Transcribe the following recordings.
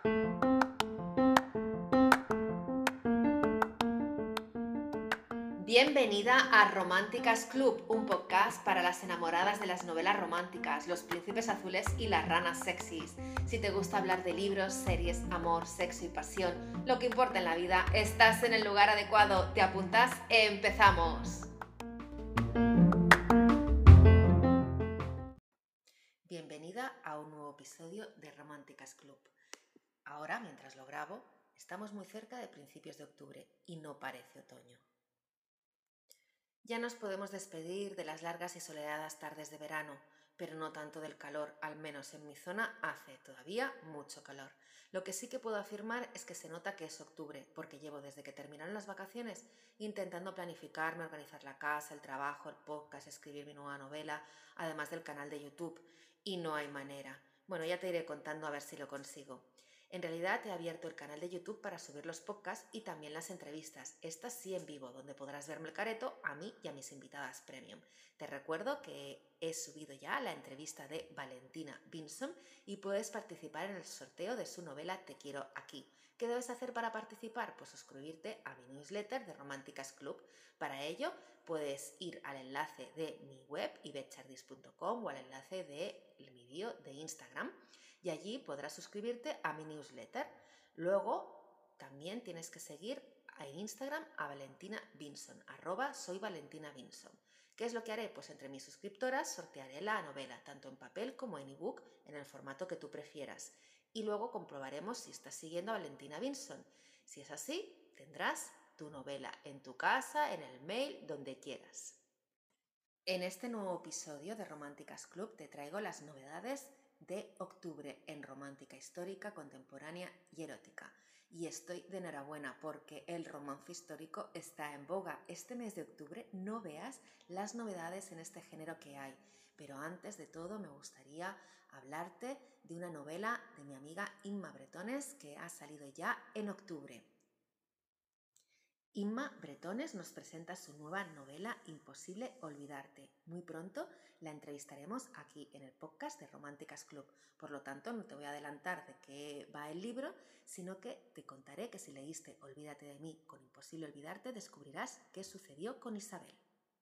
Bienvenida a Románticas Club, un podcast para las enamoradas de las novelas románticas, los príncipes azules y las ranas sexys. Si te gusta hablar de libros, series, amor, sexo y pasión, lo que importa en la vida, estás en el lugar adecuado. ¿Te apuntas? ¡Empezamos! Bienvenida a un nuevo episodio de Románticas Club. Ahora, mientras lo grabo, estamos muy cerca de principios de octubre y no parece otoño. Ya nos podemos despedir de las largas y soleadas tardes de verano, pero no tanto del calor, al menos en mi zona hace todavía mucho calor. Lo que sí que puedo afirmar es que se nota que es octubre, porque llevo desde que terminaron las vacaciones intentando planificarme, organizar la casa, el trabajo, el podcast, escribir mi nueva novela, además del canal de YouTube, y no hay manera. Bueno, ya te iré contando a ver si lo consigo. En realidad he abierto el canal de YouTube para subir los podcasts y también las entrevistas, estas sí en vivo, donde podrás verme el careto a mí y a mis invitadas premium. Te recuerdo que he subido ya la entrevista de Valentina Vinson y puedes participar en el sorteo de su novela Te quiero aquí. ¿Qué debes hacer para participar? Pues suscribirte a mi newsletter de Románticas Club. Para ello puedes ir al enlace de mi web ibetchardis.com o al enlace de mi bio de Instagram y allí podrás suscribirte a mi newsletter. Luego también tienes que seguir en Instagram a Valentina Vinson, @soyvalentinavinson. ¿Qué es lo que haré? Pues entre mis suscriptoras sortearé la novela, tanto en papel como en ebook, en el formato que tú prefieras. Y luego comprobaremos si estás siguiendo a Valentina Vinson. Si es así, tendrás tu novela en tu casa, en el mail, donde quieras. En este nuevo episodio de Románticas Club te traigo las novedades de octubre en romántica histórica, contemporánea y erótica. Y estoy de enhorabuena porque el romance histórico está en boga. Este mes de octubre no veas las novedades en este género que hay. Pero antes de todo me gustaría hablarte de una novela de mi amiga Inma Bretones que ha salido ya en octubre. Inma Bretones nos presenta su nueva novela Imposible olvidarte. Muy pronto la entrevistaremos aquí en el podcast de Románticas Club. Por lo tanto, no te voy a adelantar de qué va el libro, sino que te contaré que si leíste Olvídate de mí con Imposible olvidarte, descubrirás qué sucedió con Isabel.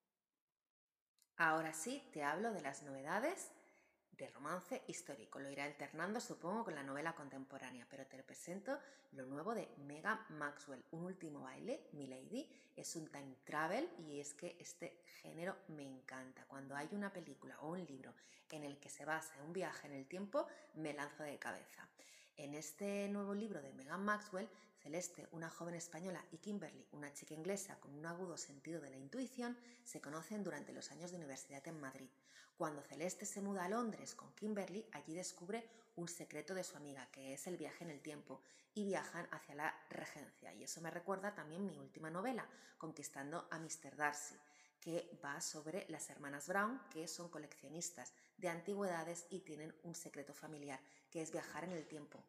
Ahora sí, te hablo de las novedades de romance histórico. Lo iré alternando, supongo, con la novela contemporánea, pero te presento lo nuevo de Megan Maxwell, Un último baile, Milady. Es un time travel y es que este género me encanta. Cuando hay una película o un libro en el que se basa en un viaje en el tiempo, me lanzo de cabeza. En este nuevo libro de Megan Maxwell, Celeste, una joven española, y Kimberly, una chica inglesa con un agudo sentido de la intuición, se conocen durante los años de universidad en Madrid. Cuando Celeste se muda a Londres con Kimberly, allí descubre un secreto de su amiga, que es el viaje en el tiempo, y viajan hacia la regencia. Y eso me recuerda también mi última novela, Conquistando a Mr. Darcy, que va sobre las hermanas Brown, que son coleccionistas de antigüedades y tienen un secreto familiar, que es viajar en el tiempo.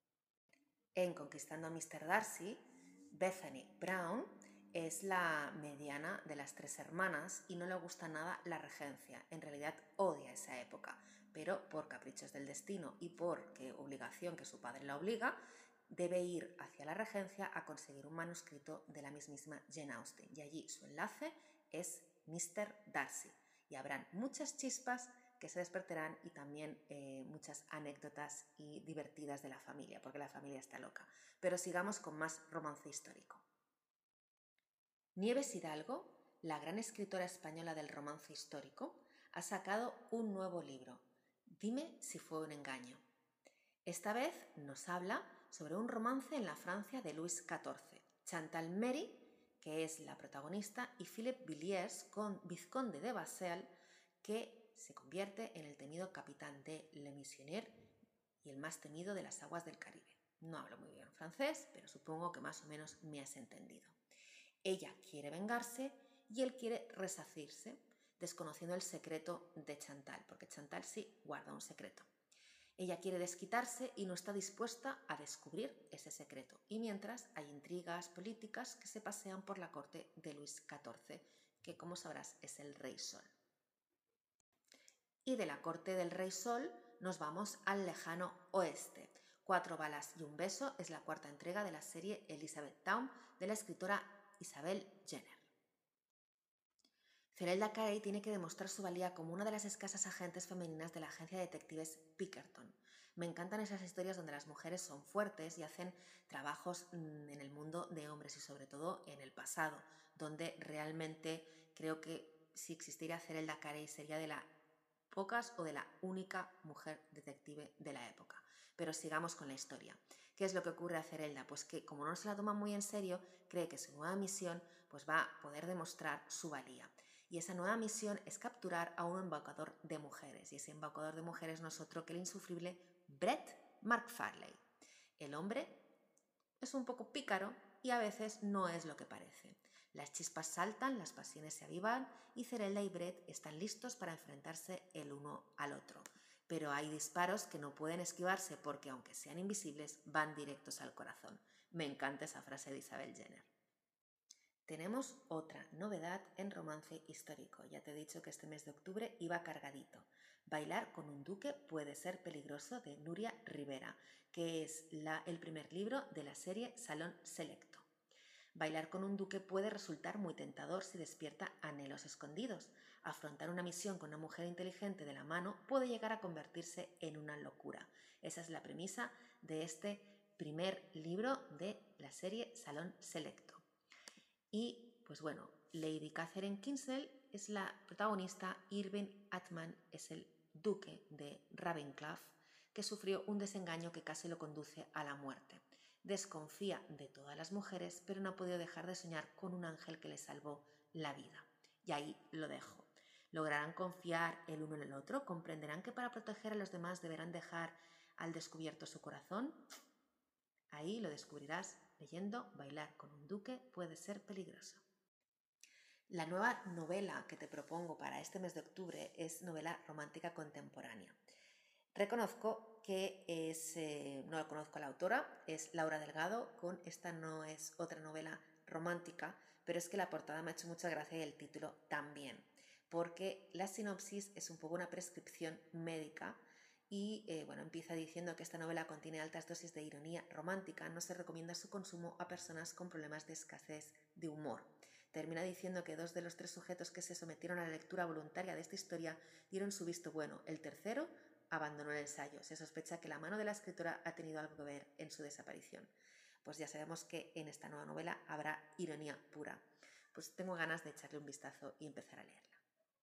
En Conquistando a Mr. Darcy, Bethany Brown es la mediana de las tres hermanas y no le gusta nada la regencia. En realidad odia esa época, pero por caprichos del destino y por obligación que su padre la obliga, debe ir hacia la regencia a conseguir un manuscrito de la mismísima Jane Austen. Y allí su enlace es Mr. Darcy. Y habrán muchas chispas que se despertarán y también muchas anécdotas y divertidas de la familia, porque la familia está loca. Pero sigamos con más romance histórico. Nieves Hidalgo, la gran escritora española del romance histórico, ha sacado un nuevo libro, Dime si fue un engaño. Esta vez nos habla sobre un romance en la Francia de Luis XIV. Chantal Mary, que es la protagonista, y Philippe Villiers, vizconde de Basel, que se convierte en el temido capitán de Le Missionnaire y el más temido de las aguas del Caribe. No hablo muy bien francés, pero supongo que más o menos me has entendido. Ella quiere vengarse y él quiere resarcirse, desconociendo el secreto de Chantal, porque Chantal sí guarda un secreto. Ella quiere desquitarse y no está dispuesta a descubrir ese secreto. Y mientras hay intrigas políticas que se pasean por la corte de Luis XIV, que como sabrás es el Rey Sol. Y de la corte del Rey Sol nos vamos al lejano oeste, Cuatro balas y un beso es la cuarta entrega de la serie Elizabethtown de la escritora Isabel Jenner. Zelda Carey tiene que demostrar su valía como una de las escasas agentes femeninas de la agencia de detectives Pinkerton. Me encantan esas historias donde las mujeres son fuertes y hacen trabajos en el mundo de hombres y sobre todo en el pasado, donde realmente creo que si existiera Zelda Carey sería de las pocas o de la única mujer detective de la época. Pero sigamos con la historia. ¿Qué es lo que ocurre a Zelda? Pues que como no se la toma muy en serio, cree que su nueva misión pues va a poder demostrar su valía. Y esa nueva misión es capturar a un embaucador de mujeres. Y ese embaucador de mujeres no es otro que el insufrible Brett McFarlane. El hombre es un poco pícaro y a veces no es lo que parece. Las chispas saltan, las pasiones se avivan y Zelda y Brett están listos para enfrentarse el uno al otro. Pero hay disparos que no pueden esquivarse porque, aunque sean invisibles, van directos al corazón. Me encanta esa frase de Isabel Jenner. Tenemos otra novedad en romance histórico. Ya te he dicho que este mes de octubre iba cargadito. Bailar con un duque puede ser peligroso, de Nuria Rivera, que es el primer libro de la serie Salón Selecto. Bailar con un duque puede resultar muy tentador si despierta anhelos escondidos. Afrontar una misión con una mujer inteligente de la mano puede llegar a convertirse en una locura. Esa es la premisa de este primer libro de la serie Salón Selecto. Y pues bueno, Lady Catherine Kinsale es la protagonista, Irving Atman es el duque de Ravenclaw, que sufrió un desengaño que casi lo conduce a la muerte. Desconfía de todas las mujeres, pero no ha podido dejar de soñar con un ángel que le salvó la vida. Y ahí lo dejo. ¿Lograrán confiar el uno en el otro? ¿Comprenderán que para proteger a los demás deberán dejar al descubierto su corazón? Ahí lo descubrirás leyendo Bailar con un duque puede ser peligroso. La nueva novela que te propongo para este mes de octubre es novela romántica contemporánea. Reconozco que no la conozco a la autora, es Laura Delgado, esta no es otra novela romántica, pero es que la portada me ha hecho mucha gracia y el título también, porque la sinopsis es un poco una prescripción médica y empieza diciendo que esta novela contiene altas dosis de ironía romántica, no se recomienda su consumo a personas con problemas de escasez de humor. Termina diciendo que 2 de los 3 sujetos que se sometieron a la lectura voluntaria de esta historia dieron su visto bueno. El tercero abandonó el ensayo. Se sospecha que la mano de la escritora ha tenido algo que ver en su desaparición. Pues ya sabemos que en esta nueva novela habrá ironía pura. Pues tengo ganas de echarle un vistazo y empezar a leerla.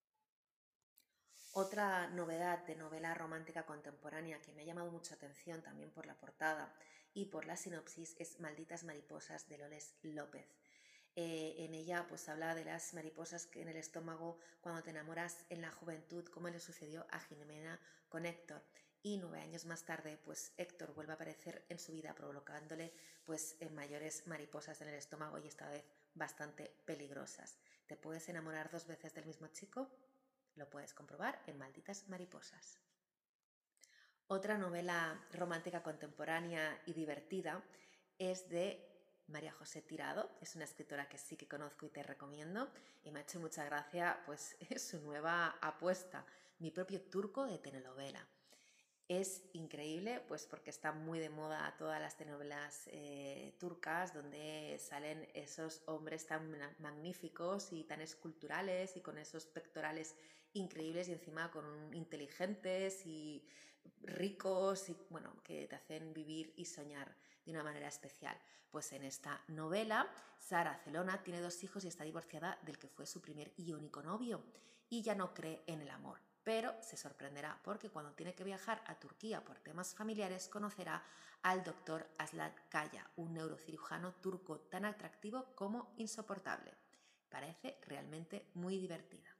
Otra novedad de novela romántica contemporánea que me ha llamado mucha atención también por la portada y por la sinopsis es Malditas mariposas de Loles López. En ella pues habla de las mariposas que en el estómago cuando te enamoras en la juventud, como le sucedió a Jimena con Héctor. Y 9 años más tarde, pues Héctor vuelve a aparecer en su vida provocándole pues mayores mariposas en el estómago y esta vez bastante peligrosas. ¿Te puedes enamorar 2 veces del mismo chico? Lo puedes comprobar en Malditas mariposas. Otra novela romántica contemporánea y divertida es de María José Tirado, es una escritora que sí que conozco y te recomiendo y me ha hecho mucha gracia pues su nueva apuesta, Mi propio turco de telenovela. Es increíble pues porque está muy de moda todas las telenovelas turcas donde salen esos hombres tan magníficos y tan esculturales y con esos pectorales increíbles y encima con inteligentes y ricos y bueno, que te hacen vivir y soñar de una manera especial. Pues en esta novela, Sara Celona tiene 2 hijos y está divorciada del que fue su primer y único novio y ya no cree en el amor. Pero se sorprenderá porque cuando tiene que viajar a Turquía por temas familiares conocerá al doctor Aslan Kaya, un neurocirujano turco tan atractivo como insoportable. Parece realmente muy divertida.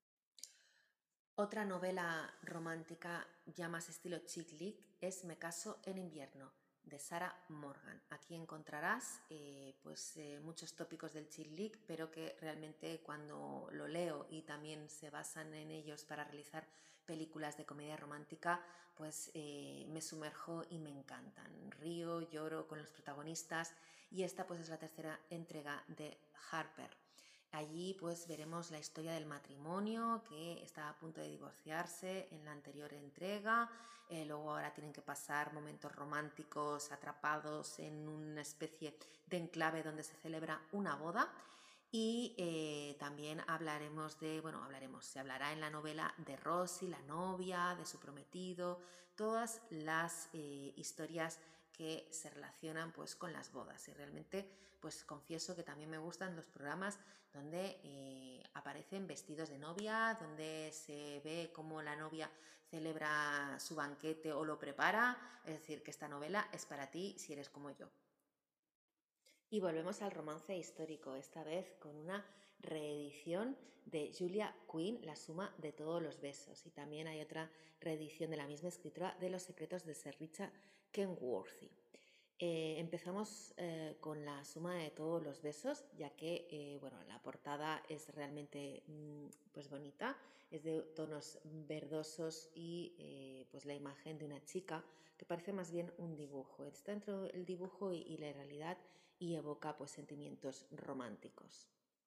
Otra novela romántica ya más estilo chick lit es Me caso en invierno, de Sarah Morgan. Aquí encontrarás muchos tópicos del chick lit, pero que realmente cuando lo leo y también se basan en ellos para realizar películas de comedia romántica, pues me sumerjo y me encantan. Río, lloro con los protagonistas y esta pues es la tercera entrega de Harper. Allí pues veremos la historia del matrimonio que está a punto de divorciarse en la anterior entrega, luego ahora tienen que pasar momentos románticos atrapados en una especie de enclave donde se celebra una boda. Y también se hablará en la novela de Rosie, la novia, de su prometido, todas las historias que se relacionan pues con las bodas. Y realmente pues confieso que también me gustan los programas donde aparecen vestidos de novia, donde se ve cómo la novia celebra su banquete o lo prepara. Es decir, que esta novela es para ti si eres como yo. Y volvemos al romance histórico, esta vez con una reedición de Julia Quinn, La suma de todos los besos. Y también hay otra reedición de la misma escritora de Los secretos de Sir Richard Kenworthy. Empezamos con La suma de todos los besos, ya que la portada es realmente pues bonita, es de tonos verdosos y pues la imagen de una chica que parece más bien un dibujo. Está entre el dibujo y la realidad y evoca pues sentimientos románticos.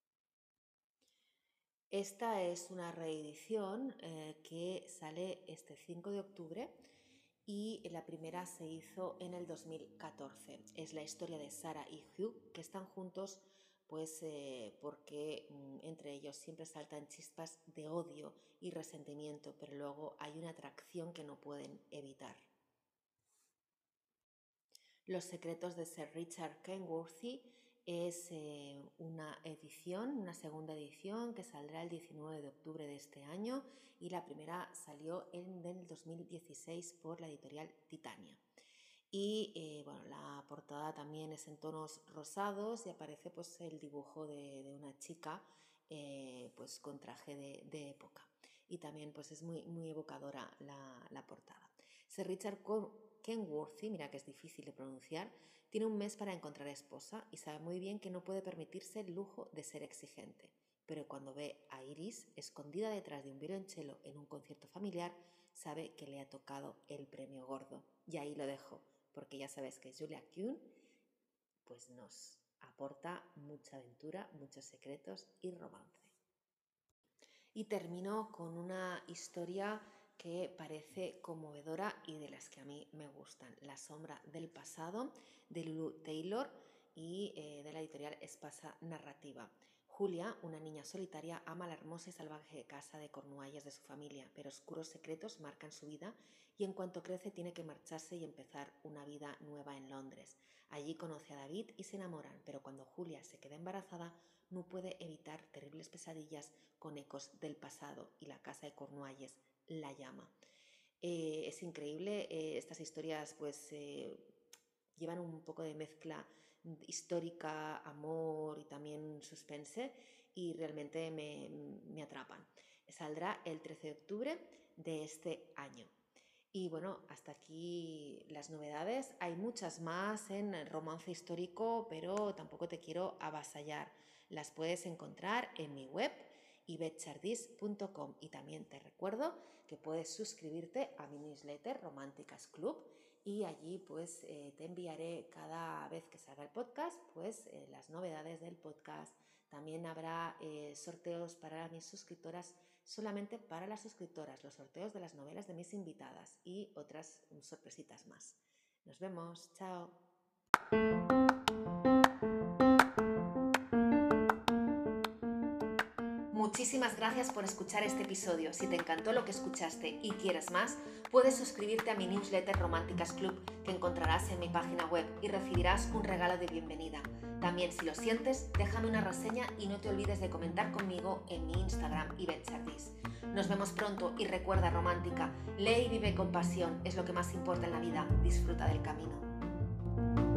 Esta es una reedición que sale este 5 de octubre y la primera se hizo en el 2014. Es la historia de Sarah y Hugh, que están juntos pues porque entre ellos siempre saltan chispas de odio y resentimiento, pero luego hay una atracción que no pueden evitar. Los secretos de Sir Richard Kenworthy es una segunda edición que saldrá el 19 de octubre de este año y la primera salió en el 2016 por la editorial Titania. Y la portada también es en tonos rosados y aparece pues el dibujo de una chica pues con traje de época. Y también pues es muy evocadora la portada. Sir Richard Kenworthy, mira que es difícil de pronunciar, tiene un mes para encontrar esposa y sabe muy bien que no puede permitirse el lujo de ser exigente. Pero cuando ve a Iris escondida detrás de un violonchelo en un concierto familiar, sabe que le ha tocado el premio gordo. Y ahí lo dejo, porque ya sabes que Julia Quinn pues nos aporta mucha aventura, muchos secretos y romance. Y termino con una historia que parece conmovedora y de las que a mí me gustan. La sombra del pasado, de Lulu Taylor y de la editorial Espasa Narrativa. Julia, una niña solitaria, ama la hermosa y salvaje casa de Cornualles de su familia, pero oscuros secretos marcan su vida y en cuanto crece tiene que marcharse y empezar una vida nueva en Londres. Allí conoce a David y se enamoran, pero cuando Julia se queda embarazada no puede evitar terribles pesadillas con ecos del pasado y la casa de Cornualles la llama. Es increíble, estas historias pues llevan un poco de mezcla histórica, amor y también suspense y realmente me atrapan. Saldrá el 13 de octubre de este año. Y bueno, hasta aquí las novedades. Hay muchas más en romance histórico, pero tampoco te quiero avasallar. Las puedes encontrar en mi web ivechardis.com y también te recuerdo que puedes suscribirte a mi newsletter Románticas Club y allí pues te enviaré cada vez que salga el podcast pues las novedades del podcast. También habrá sorteos para mis suscriptoras, solamente para las suscriptoras, los sorteos de las novelas de mis invitadas y otras sorpresitas más. Nos vemos, chao. Muchísimas gracias por escuchar este episodio. Si te encantó lo que escuchaste y quieres más, puedes suscribirte a mi newsletter Románticas Club que encontrarás en mi página web y recibirás un regalo de bienvenida. También, si lo sientes, déjame una reseña y no te olvides de comentar conmigo en mi Instagram ivechardis. Nos vemos pronto y recuerda, romántica, lee y vive con pasión, es lo que más importa en la vida. Disfruta del camino.